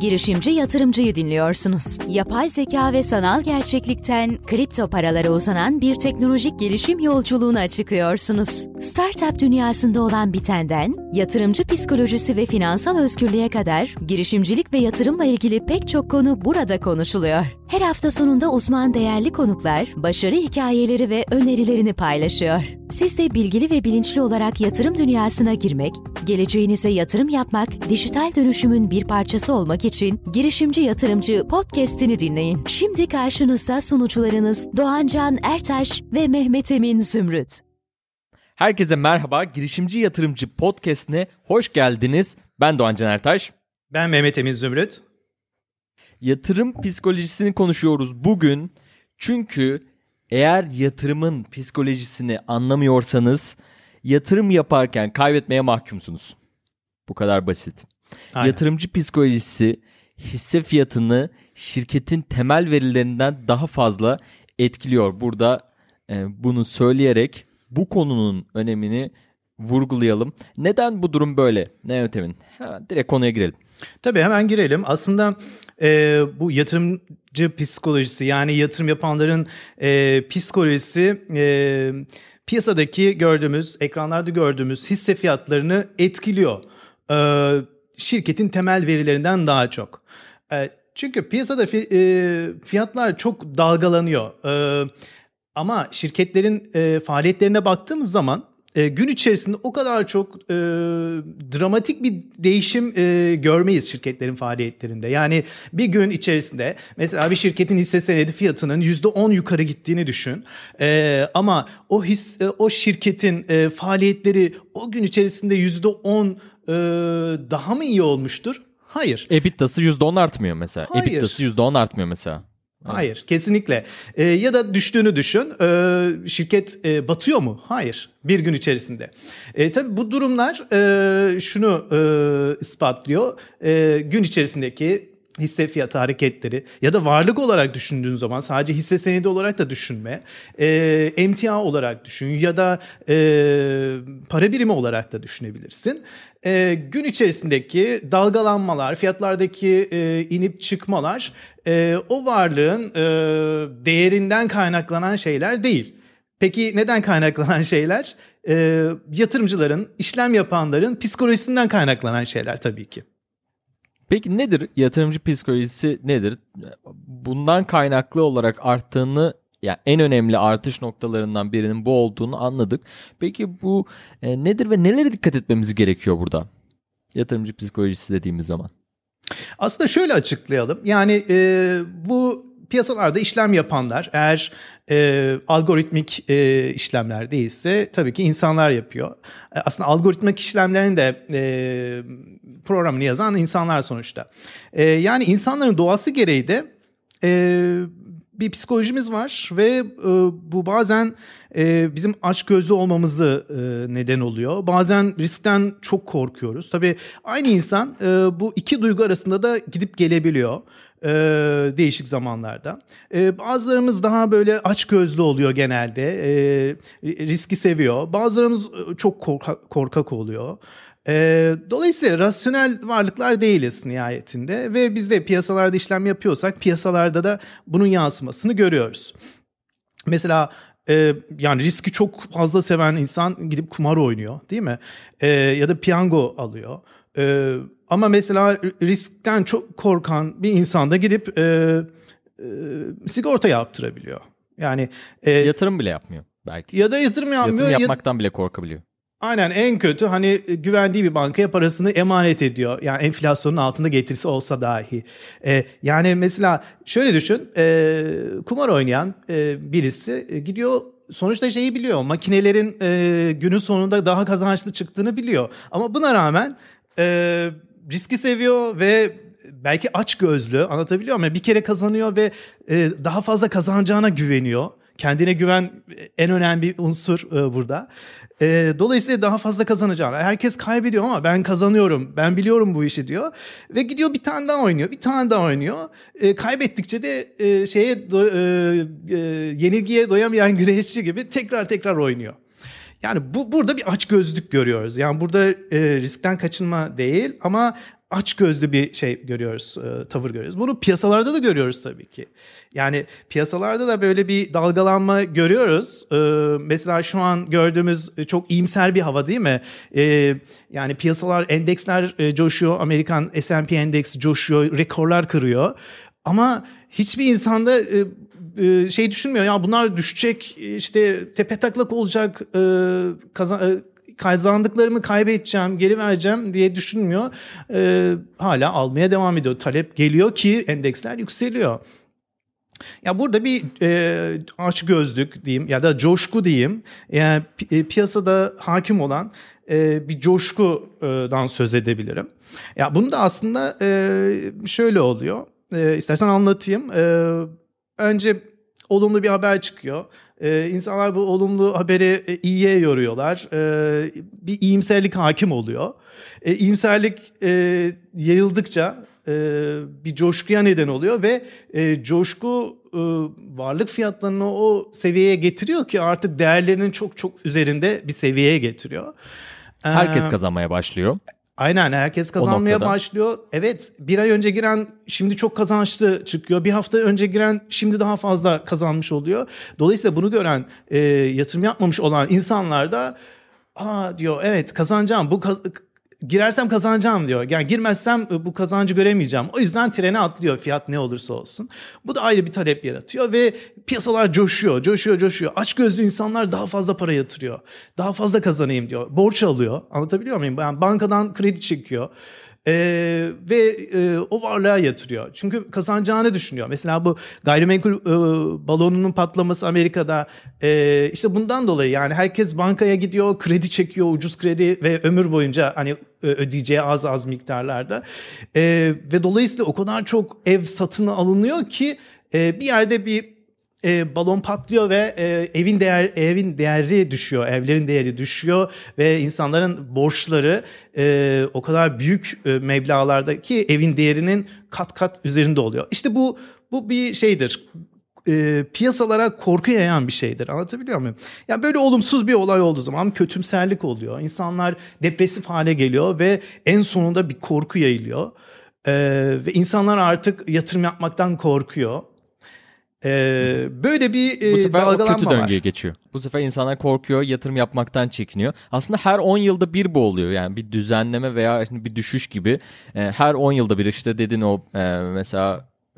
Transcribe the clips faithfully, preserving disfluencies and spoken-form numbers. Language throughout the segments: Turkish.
Girişimci Yatırımcı'yı dinliyorsunuz. Yapay zeka ve sanal gerçeklikten kripto paralara uzanan bir teknolojik gelişim yolculuğuna çıkıyorsunuz. Startup dünyasında olan bitenden, yatırımcı psikolojisi ve finansal özgürlüğe kadar girişimcilik ve yatırımla ilgili pek çok konu burada konuşuluyor. Her hafta sonunda uzman değerli konuklar, başarı hikayeleri ve önerilerini paylaşıyor. Siz de bilgili ve bilinçli olarak yatırım dünyasına girmek, geleceğinize yatırım yapmak, dijital dönüşümün bir parçası olmak için Girişimci Yatırımcı podcast'ini dinleyin. Şimdi karşınızda sunucularınız Doğancan Ertaş ve Mehmet Emin Zümrüt. Herkese merhaba, Girişimci Yatırımcı podcast'ine hoş geldiniz. Ben Doğancan Ertaş. Ben Mehmet Emin Zümrüt. Yatırım psikolojisini konuşuyoruz bugün. Çünkü eğer yatırımın psikolojisini anlamıyorsanız yatırım yaparken kaybetmeye mahkumsunuz. Bu kadar basit. Aynen. Yatırımcı psikolojisi hisse fiyatını şirketin temel verilerinden daha fazla etkiliyor. Burada e, bunu söyleyerek bu konunun önemini vurgulayalım. Neden bu durum böyle? Mehmet Emin, hemen direkt konuya girelim. Tabii hemen girelim. Aslında e, bu yatırımcı psikolojisi, yani yatırım yapanların e, psikolojisi e, piyasadaki gördüğümüz, ekranlarda gördüğümüz hisse fiyatlarını etkiliyor. E, şirketin temel verilerinden daha çok. E, çünkü piyasada fi, e, fiyatlar çok dalgalanıyor. E, ama şirketlerin e, faaliyetlerine baktığımız zaman E, gün içerisinde o kadar çok e, dramatik bir değişim e, görmeyiz şirketlerin faaliyetlerinde. Yani bir gün içerisinde mesela bir şirketin hisse senedi fiyatının yüzde on yukarı gittiğini düşün. E, ama o his, e, o şirketin e, faaliyetleri o gün içerisinde yüzde on e, daha mı iyi olmuştur? Hayır. EBITDA'sı yüzde on artmıyor mesela. Hayır. EBITDA'sı yüzde on artmıyor mesela. Hayır, evet. Kesinlikle. Ee, ya da düştüğünü düşün. Ee, şirket e, batıyor mu? Hayır. Bir gün içerisinde. E, tabii bu durumlar e, şunu e, ispatlıyor. E, gün içerisindeki hisse fiyatı hareketleri ya da varlık olarak düşündüğün zaman sadece hisse senedi olarak da düşünme. E, emtia olarak düşün ya da e, para birimi olarak da düşünebilirsin. E, gün içerisindeki dalgalanmalar, fiyatlardaki e, inip çıkmalar e, o varlığın e, değerinden kaynaklanan şeyler değil. Peki neden kaynaklanan şeyler? E, yatırımcıların, işlem yapanların psikolojisinden kaynaklanan şeyler tabii ki. Peki nedir? Yatırımcı psikolojisi nedir? Bundan kaynaklı olarak arttığını, yani en önemli artış noktalarından birinin bu olduğunu anladık. Peki bu e, nedir ve nelere dikkat etmemiz gerekiyor burada? Yatırımcı psikolojisi dediğimiz zaman. Aslında şöyle açıklayalım. Yani e, bu piyasalarda işlem yapanlar eğer e, algoritmik e, işlemler değilse tabii ki insanlar yapıyor. E, aslında algoritmik işlemlerin de e, programını yazan insanlar sonuçta. E, yani insanların doğası gereği de e, bir psikolojimiz var ve e, bu bazen e, bizim açgözlü olmamızı e, neden oluyor. Bazen riskten çok korkuyoruz. Tabii aynı insan e, bu iki duygu arasında da gidip gelebiliyor. Ee, değişik zamanlarda. Ee, bazılarımız daha böyle açgözlü oluyor genelde. Ee, riski seviyor. Bazılarımız çok korkak, korkak oluyor. Ee, dolayısıyla rasyonel varlıklar değiliz nihayetinde. Ve biz de piyasalarda işlem yapıyorsak piyasalarda da bunun yansımasını görüyoruz. Mesela e, yani riski çok fazla seven insan gidip kumar oynuyor, değil mi? E, ya da piyango alıyor. E, ama mesela riskten çok korkan bir insan da gidip e, e, sigorta yaptırabiliyor. Yani e, yatırım bile yapmıyor belki. Ya da yatırım yapmıyor. Yatırım yapmaktan ya, bile korkabiliyor. Aynen, en kötü hani güvendiği bir bankaya parasını emanet ediyor. Yani enflasyonun altında getirisi olsa dahi. Ee, yani mesela şöyle düşün. E, kumar oynayan e, birisi e, gidiyor, sonuçta şeyi biliyor. Makinelerin e, günün sonunda daha kazançlı çıktığını biliyor. Ama buna rağmen e, riski seviyor ve belki açgözlü, anlatabiliyor muyum? Bir kere kazanıyor ve e, daha fazla kazanacağına güveniyor. Kendine güven en önemli unsur e, burada. E, dolayısıyla daha fazla kazanacağını. Herkes kaybediyor ama ben kazanıyorum, ben biliyorum bu işi diyor. Ve gidiyor bir tane daha oynuyor, bir tane daha oynuyor. E, kaybettikçe de e, şeye do, e, e, yenilgiye doyamayan güreşçi gibi tekrar tekrar oynuyor. Yani bu burada bir açgözlülük görüyoruz. Yani burada e, riskten kaçınma değil ama açgözlü bir şey görüyoruz, e, tavır görüyoruz. Bunu piyasalarda da görüyoruz tabii ki. Yani piyasalarda da böyle bir dalgalanma görüyoruz. E, mesela şu an gördüğümüz çok iyimser bir hava değil mi? E, yani piyasalar, endeksler e, coşuyor. Amerikan S and P endeksi coşuyor, rekorlar kırıyor. Ama hiçbir insanda e, e, şey düşünmüyor. Ya bunlar düşecek, işte tepetaklak olacak, e, kazan... E, kazandıklarımı kaybedeceğim, geri vereceğim diye düşünmüyor. Ee, hala almaya devam ediyor. Talep geliyor ki endeksler yükseliyor. Ya burada bir e, açgözlük diyeyim ya da coşku diyeyim. Yani pi- piyasada hakim olan e, bir coşkudan söz edebilirim. Ya bunu da aslında e, şöyle oluyor. E, istersen anlatayım. E, önce olumlu bir haber çıkıyor. Ee, insanlar bu olumlu haberi e, iyiye yoruyorlar. Ee, bir iyimserlik hakim oluyor. Ee, iyimserlik e, yayıldıkça e, bir coşkuya neden oluyor ve e, coşku e, varlık fiyatlarını o seviyeye getiriyor ki artık değerlerinin çok çok üzerinde bir seviyeye getiriyor. Ee, Herkes kazanmaya başlıyor. Aynen, herkes kazanmaya başlıyor. Evet, bir ay önce giren şimdi çok kazançlı çıkıyor. Bir hafta önce giren şimdi daha fazla kazanmış oluyor. Dolayısıyla bunu gören e, yatırım yapmamış olan insanlar da aa diyor, evet kazanacağım, bu kaz- girersem kazanacağım diyor. Yani girmezsem bu kazancı göremeyeceğim. O yüzden trene atlıyor, fiyat ne olursa olsun. Bu da ayrı bir talep yaratıyor ve piyasalar coşuyor, coşuyor, coşuyor. Açgözlü insanlar daha fazla para yatırıyor. Daha fazla kazanayım diyor. Borç alıyor. Anlatabiliyor muyum? Yani bankadan kredi çekiyor. Ee, ve e, o varlığa yatırıyor. Çünkü kazanacağını düşünüyor. Mesela bu gayrimenkul e, balonunun patlaması Amerika'da e, işte bundan dolayı, yani herkes bankaya gidiyor, kredi çekiyor, ucuz kredi ve ömür boyunca hani ödeyeceği az az miktarlarda e, ve dolayısıyla o kadar çok ev satın alınıyor ki e, bir yerde bir E, balon patlıyor ve e, evin değer evin değeri düşüyor, evlerin değeri düşüyor ve insanların borçları e, o kadar büyük e, meblağlarda ki evin değerinin kat kat üzerinde oluyor. İşte bu bu bir şeydir. E, piyasalara korku yayan bir şeydir. Anlatabiliyor muyum? Yani böyle olumsuz bir olay olduğu zaman kötümserlik oluyor. İnsanlar depresif hale geliyor ve en sonunda bir korku yayılıyor. E, ve insanlar artık yatırım yapmaktan korkuyor. Ee, böyle bir e, Bu sefer dalgalanma o kötü döngüye var. geçiyor. Bu sefer insanlar korkuyor, yatırım yapmaktan çekiniyor. Aslında her on yılda bir bu oluyor. Yani bir düzenleme veya bir düşüş gibi. E, her on yılda bir işte dedin o e, mesela e,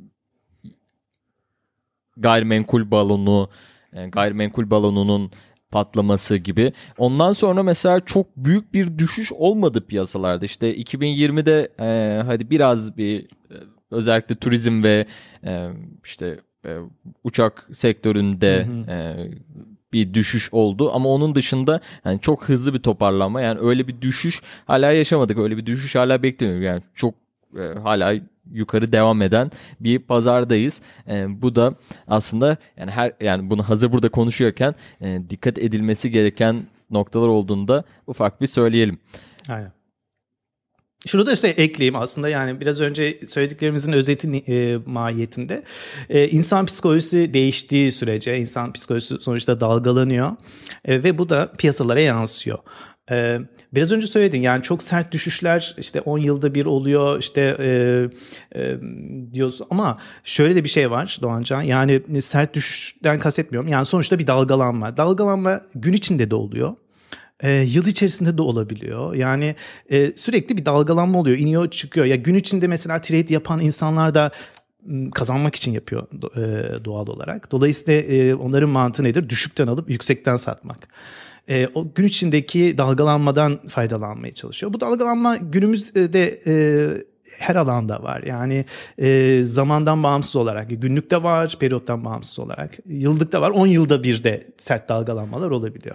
gayrimenkul balonu, e, gayrimenkul balonunun patlaması gibi. Ondan sonra mesela çok büyük bir düşüş olmadı piyasalarda. İşte iki bin yirmide e, hadi biraz bir e, özellikle turizm ve e, işte e, uçak sektöründe hı hı. E, bir düşüş oldu ama onun dışında yani çok hızlı bir toparlanma, yani öyle bir düşüş hala yaşamadık, öyle bir düşüş hala bekleniyor, yani çok e, hala yukarı devam eden bir pazardayız. E, bu da aslında yani her yani bunu hazır burada konuşuyorken e, dikkat edilmesi gereken noktalar olduğunda ufak bir söyleyelim. Aynen. Şunu da işte ekleyeyim aslında, yani biraz önce söylediklerimizin özeti e, mahiyetinde. E, insan psikolojisi değiştiği sürece insan psikolojisi sonuçta dalgalanıyor e, ve bu da piyasalara yansıyor. E, biraz önce söyledin, yani çok sert düşüşler işte on yılda bir oluyor işte e, e, diyorsun ama şöyle de bir şey var Doğancan, yani sert düşüşten kastetmiyorum, yani sonuçta bir dalgalanma. Dalgalanma gün içinde de oluyor. E, yıl içerisinde de olabiliyor. Yani e, sürekli bir dalgalanma oluyor. İniyor çıkıyor. Ya gün içinde mesela trade yapan insanlar da kazanmak için yapıyor e, doğal olarak. Dolayısıyla e, onların mantığı nedir? Düşükten alıp yüksekten satmak. E, o gün içindeki dalgalanmadan faydalanmaya çalışıyor. Bu dalgalanma günümüzde e, her alanda var. Yani e, zamandan bağımsız olarak, günlükte var, periyottan bağımsız olarak, yıllıkta var, on yılda bir de sert dalgalanmalar olabiliyor.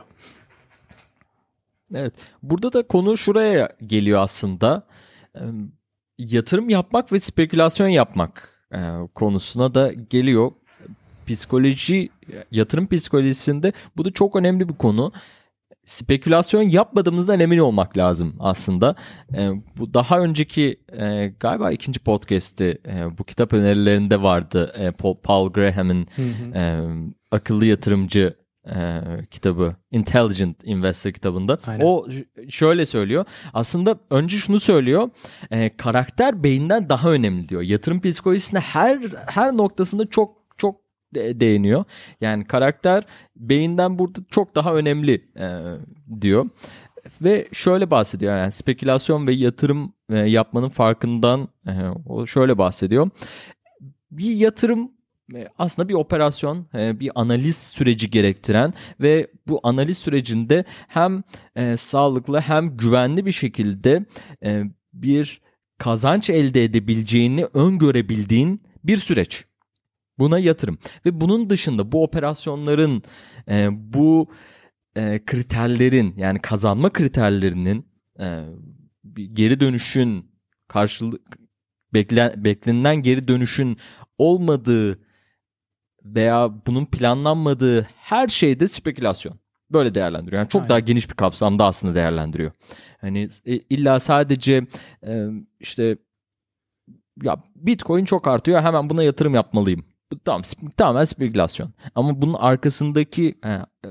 Evet. Burada da konu şuraya geliyor aslında. E, yatırım yapmak ve spekülasyon yapmak e, konusuna da geliyor. Psikoloji, yatırım psikolojisinde bu da çok önemli bir konu. Spekülasyon yapmadığımızdan emin olmak lazım aslında. E, bu daha önceki e, galiba ikinci podcast'te e, bu kitap önerilerinde vardı. E, Paul, Paul Graham'ın e, Akıllı Yatırımcı e, kitabı, Intelligent Investor kitabında. Aynen. O şöyle söylüyor. Aslında önce şunu söylüyor. E, karakter beyinden daha önemli diyor. Yatırım psikolojisinde her her noktasında çok çok de, değiniyor. Yani karakter beyinden burada çok daha önemli e, diyor. Ve şöyle bahsediyor, yani spekülasyon ve yatırım e, yapmanın farkından e, o şöyle bahsediyor. Bir yatırım e, aslında bir operasyon, e, bir analiz süreci gerektiren ve bu analiz sürecinde hem e, sağlıklı hem güvenli bir şekilde e, bir kazanç elde edebileceğini öngörebildiğin bir süreç. Buna yatırım. Ve bunun dışında bu operasyonların, e, bu e, kriterlerin, yani kazanma kriterlerinin e, bir geri dönüşün karşılık beklen, beklenilen geri dönüşün olmadığı veya bunun planlanmadığı her şeyde spekülasyon. Böyle değerlendiriyor. Yani çok Aynen. daha geniş bir kapsamda aslında değerlendiriyor. Hani e, illa sadece e, işte ya Bitcoin çok artıyor, hemen buna yatırım yapmalıyım. Tamam, tamamen spekülasyon. Ama bunun arkasındaki e, e,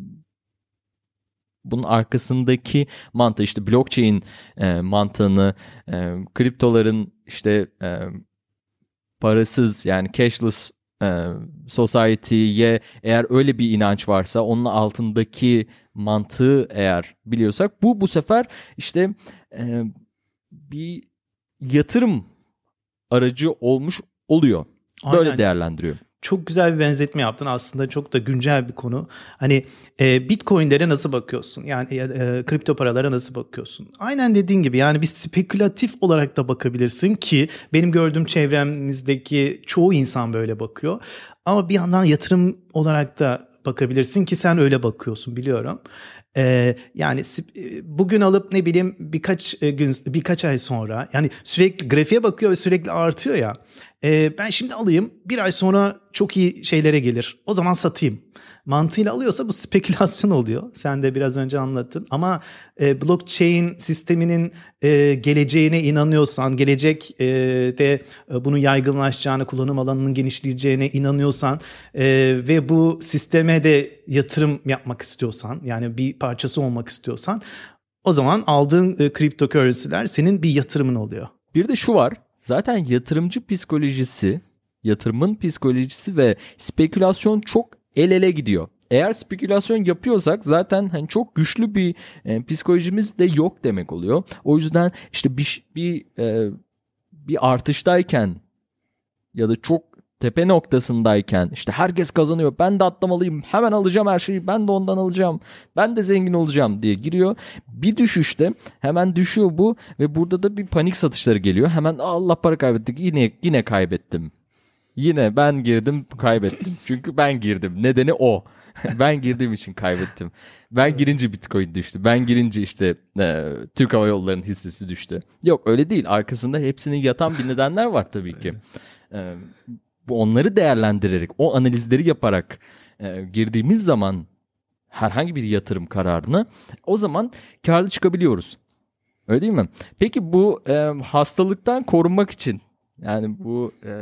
bunun arkasındaki mantığı, işte blockchain e, mantığını, e, kriptoların işte e, parasız, yani cashless e, society'ye eğer öyle bir inanç varsa, onun altındaki mantığı eğer biliyorsak, bu bu sefer işte e, bir yatırım aracı olmuş oluyor. Böyle Aynen. değerlendiriyor. Çok güzel bir benzetme yaptın. Aslında çok da güncel bir konu. Hani e, Bitcoin'lere nasıl bakıyorsun? Yani e, kripto paralara nasıl bakıyorsun? Aynen dediğin gibi, yani bir spekülatif olarak da bakabilirsin ki benim gördüğüm çevremizdeki çoğu insan böyle bakıyor. Ama bir yandan yatırım olarak da bakabilirsin ki sen öyle bakıyorsun, biliyorum. Ee, yani bugün alıp ne bileyim birkaç gün, birkaç ay sonra, yani sürekli grafiğe bakıyor ve sürekli artıyor ya. Ee, ben şimdi alayım, bir ay sonra çok iyi şeylere gelir, o zaman satayım mantığıyla alıyorsa bu spekülasyon oluyor. Sen de biraz önce anlattın. Ama e, blockchain sisteminin e, geleceğine inanıyorsan, gelecekte e, bunun yaygınlaşacağını, kullanım alanının genişleyeceğine inanıyorsan e, ve bu sisteme de yatırım yapmak istiyorsan, yani bir parçası olmak istiyorsan, o zaman aldığın e, cryptocurrency'ler senin bir yatırımın oluyor. Bir de şu var. Zaten yatırımcı psikolojisi, yatırımın psikolojisi ve spekülasyon çok el ele gidiyor. Eğer spekülasyon yapıyorsak zaten hani çok güçlü bir e, psikolojimiz de yok demek oluyor. O yüzden işte bir bir e, bir artıştayken ya da çok tepe noktasındayken, işte herkes kazanıyor, ben de atlamalıyım, hemen alacağım her şeyi, ben de ondan alacağım, ben de zengin olacağım diye giriyor. Bir düşüşte hemen düşüyor bu ve burada da bir panik satışları geliyor. Hemen Allah para kaybettik, yine yine kaybettim. Yine ben girdim kaybettim. Çünkü ben girdim. Nedeni o. Ben girdiğim için kaybettim. Ben girince Bitcoin düştü. Ben girince işte e, Türk Hava Yolları'nın hissesi düştü. Yok, öyle değil. Arkasında hepsinin yatan bir nedenler var tabii ki. E, bu onları değerlendirerek, o analizleri yaparak e, girdiğimiz zaman herhangi bir yatırım kararını, o zaman karlı çıkabiliyoruz. Öyle değil mi? Peki bu e, hastalıktan korunmak için, yani bu e,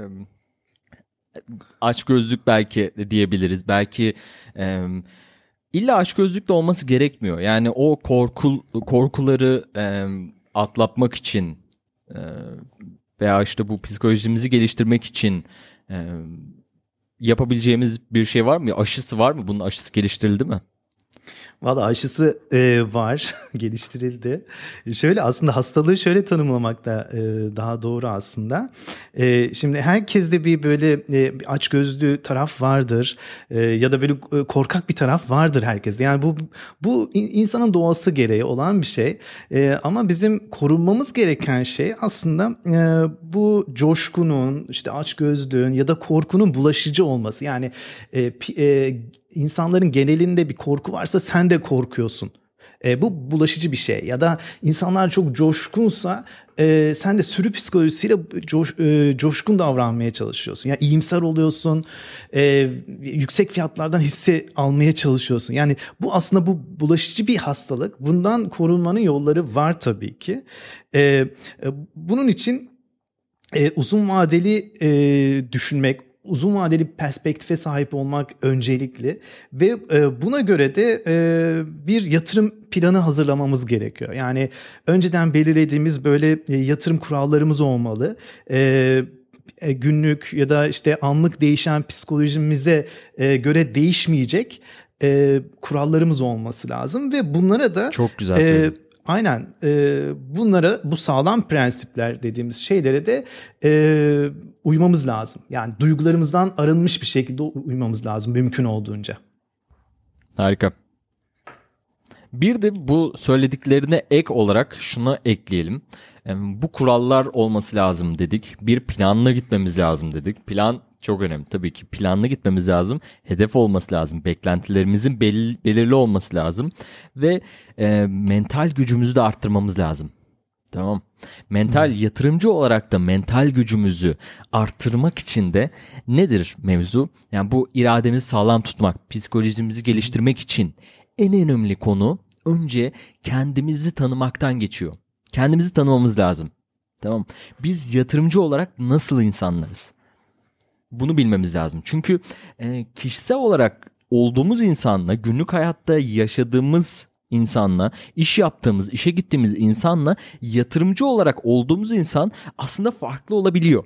açgözlük belki diyebiliriz. Belki e, illa açgözlük de olması gerekmiyor. Yani o korku, korkuları e, atlatmak için e, veya işte bu psikolojimizi geliştirmek için e, yapabileceğimiz bir şey var mı? Aşısı var mı? Bunun aşısı geliştirildi mi? Valla aşısı e, var, geliştirildi. Şöyle, aslında hastalığı şöyle tanımlamak da e, daha doğru aslında. E, şimdi herkeste bir böyle e, açgözlü taraf vardır e, ya da böyle e, korkak bir taraf vardır herkeste. Yani bu bu insanın doğası gereği olan bir şey. E, ama bizim korunmamız gereken şey aslında e, bu coşkunun, işte açgözlüğün ya da korkunun bulaşıcı olması. Yani e, e, İnsanların genelinde bir korku varsa sen de korkuyorsun. E, bu bulaşıcı bir şey. Ya da insanlar çok coşkunsa e, sen de sürü psikolojisiyle coş, e, coşkun davranmaya çalışıyorsun. Yani iyimser oluyorsun. E, yüksek fiyatlardan hisse almaya çalışıyorsun. Yani bu aslında bu bulaşıcı bir hastalık. Bundan korunmanın yolları var tabii ki. E, e, bunun için e, uzun vadeli e, düşünmek, uzun vadeli bir perspektife sahip olmak öncelikli ve e, buna göre de e, bir yatırım planı hazırlamamız gerekiyor. Yani önceden belirlediğimiz böyle e, yatırım kurallarımız olmalı. E, e, günlük ya da işte anlık değişen psikolojimize e, göre değişmeyecek e, kurallarımız olması lazım ve bunlara da çok güzel söyledin. E, Aynen e, bunlara, bu sağlam prensipler dediğimiz şeylere de e, uymamız lazım. Yani duygularımızdan arınmış bir şekilde uymamız lazım mümkün olduğunca. Harika. Bir de bu söylediklerine ek olarak şunu ekleyelim. Bu kurallar olması lazım dedik. Bir planla gitmemiz lazım dedik. Plan çok önemli tabii ki. Planlı gitmemiz lazım. Hedef olması lazım. Beklentilerimizin belli, belirli olması lazım. Ve e, mental gücümüzü de arttırmamız lazım. Tamam. Mental hmm. yatırımcı olarak da mental gücümüzü arttırmak için de nedir mevzu? Yani bu irademizi sağlam tutmak, psikolojimizi geliştirmek için en önemli konu önce kendimizi tanımaktan geçiyor. Kendimizi tanımamız lazım. Tamam. Biz yatırımcı olarak nasıl insanlarız? Bunu bilmemiz lazım. Çünkü e, kişisel olarak olduğumuz insanla, günlük hayatta yaşadığımız insanla, iş yaptığımız, işe gittiğimiz insanla yatırımcı olarak olduğumuz insan aslında farklı olabiliyor.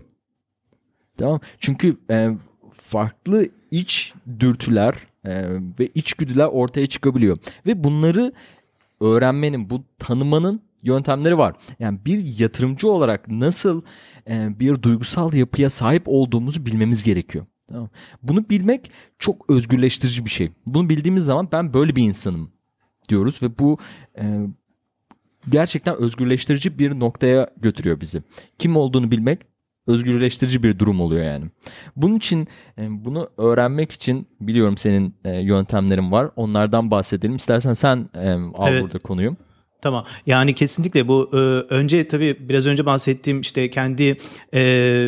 Tamam. Çünkü e, farklı iç dürtüler e, ve içgüdüler ortaya çıkabiliyor. Ve bunları öğrenmenin, bu tanımanın yöntemleri var. Yani bir yatırımcı olarak nasıl e, bir duygusal yapıya sahip olduğumuzu bilmemiz gerekiyor. Tamam. Bunu bilmek çok özgürleştirici bir şey. Bunu bildiğimiz zaman ben böyle bir insanım diyoruz ve bu e, gerçekten özgürleştirici bir noktaya götürüyor bizi. Kim olduğunu bilmek özgürleştirici bir durum oluyor yani. Bunun için e, bunu öğrenmek için biliyorum senin e, yöntemlerin var. Onlardan bahsedelim. İstersen sen e, al evet. burada konuyu. Tamam. Yani kesinlikle bu e, önce tabii biraz önce bahsettiğim işte kendi e,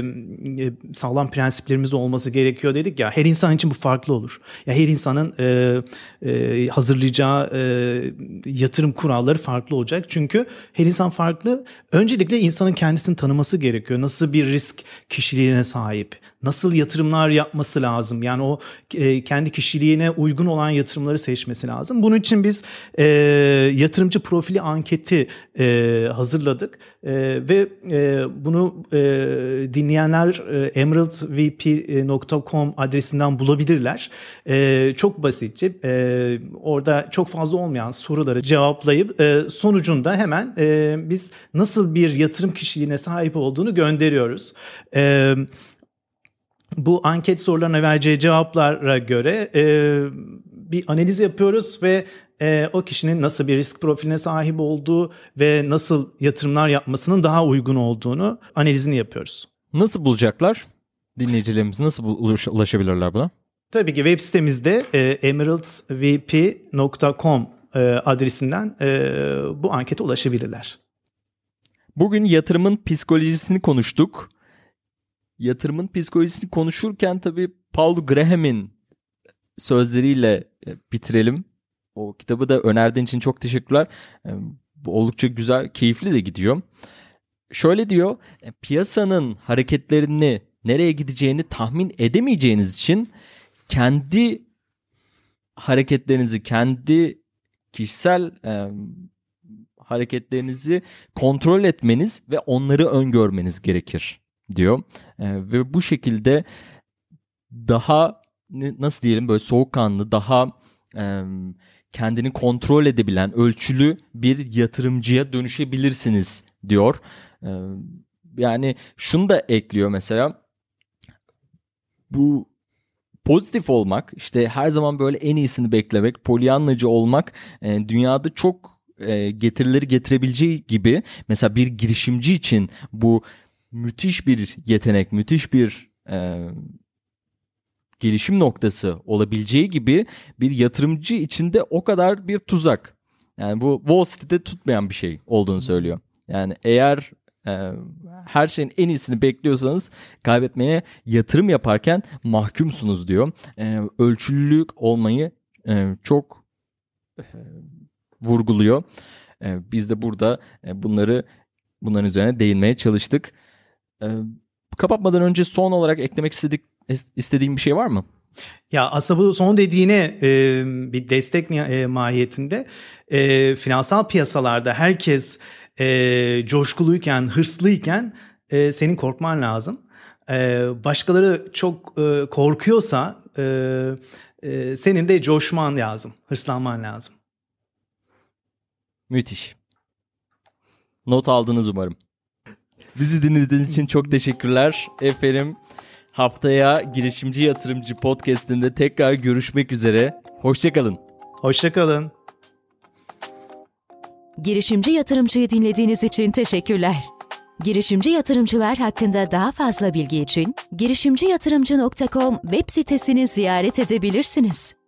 sağlam prensiplerimiz olması gerekiyor dedik ya. Her insan için bu farklı olur. Ya her insanın e, e, hazırlayacağı e, yatırım kuralları farklı olacak. Çünkü her insan farklı. Öncelikle insanın kendisini tanıması gerekiyor. Nasıl bir risk kişiliğine sahip? Nasıl yatırımlar yapması lazım? Yani o e, kendi kişiliğine uygun olan yatırımları seçmesi lazım. Bunun için biz e, yatırımcı profili anketi e, hazırladık e, ve e, bunu e, dinleyenler e, emerald v p nokta com adresinden bulabilirler. E, çok basitçe e, orada çok fazla olmayan soruları cevaplayıp e, sonucunda hemen e, biz nasıl bir yatırım kişiliğine sahip olduğunu gönderiyoruz. E, Bu anket sorularına vereceği cevaplara göre e, bir analiz yapıyoruz ve e, o kişinin nasıl bir risk profiline sahip olduğu ve nasıl yatırımlar yapmasının daha uygun olduğunu analizini yapıyoruz. Nasıl bulacaklar? Dinleyicilerimiz nasıl ulaşabilirler buna? Tabii ki web sitemizde e, emerald v p nokta com e, adresinden e, bu ankete ulaşabilirler. Bugün yatırımın psikolojisini konuştuk. Yatırımın psikolojisini konuşurken tabii Paul Graham'in sözleriyle bitirelim. O kitabı da önerdiğin için çok teşekkürler. Bu oldukça güzel, keyifli de gidiyor. Şöyle diyor, piyasanın hareketlerini, nereye gideceğini tahmin edemeyeceğiniz için kendi hareketlerinizi, kendi kişisel e, hareketlerinizi kontrol etmeniz ve onları öngörmeniz gerekir diyor. E, ve bu şekilde daha nasıl diyelim böyle soğukkanlı, daha e, kendini kontrol edebilen, ölçülü bir yatırımcıya dönüşebilirsiniz diyor. E, yani şunu da ekliyor mesela, bu pozitif olmak, işte her zaman böyle en iyisini beklemek, polyanlacı olmak e, dünyada çok e, getirileri getirebileceği gibi mesela bir girişimci için bu müthiş bir yetenek, müthiş bir e, gelişim noktası olabileceği gibi bir yatırımcı için de o kadar bir tuzak. Yani bu Wall Street'te tutmayan bir şey olduğunu söylüyor. Yani eğer e, her şeyin en iyisini bekliyorsanız kaybetmeye yatırım yaparken mahkumsunuz diyor. E, ölçülülük olmayı e, çok e, vurguluyor. E, biz de burada e, bunları bunların üzerine değinmeye çalıştık. E, kapatmadan önce son olarak eklemek istedik istediğin bir şey var mı? Ya aslında bu son dediğine e, bir destek e, mahiyetinde e, finansal piyasalarda herkes e, coşkuluyken, hırslıyken e, senin korkman lazım. E, başkaları çok e, korkuyorsa e, e, senin de coşman lazım, hırslanman lazım. Müthiş. Not aldınız umarım. Bizi dinlediğiniz için çok teşekkürler. Efendim, haftaya Girişimci Yatırımcı Podcast'inde tekrar görüşmek üzere. Hoşçakalın. Hoşçakalın. Girişimci Yatırımcı'yı dinlediğiniz için teşekkürler. Girişimci yatırımcılar hakkında daha fazla bilgi için girişimci yatırımcı nokta com web sitesini ziyaret edebilirsiniz.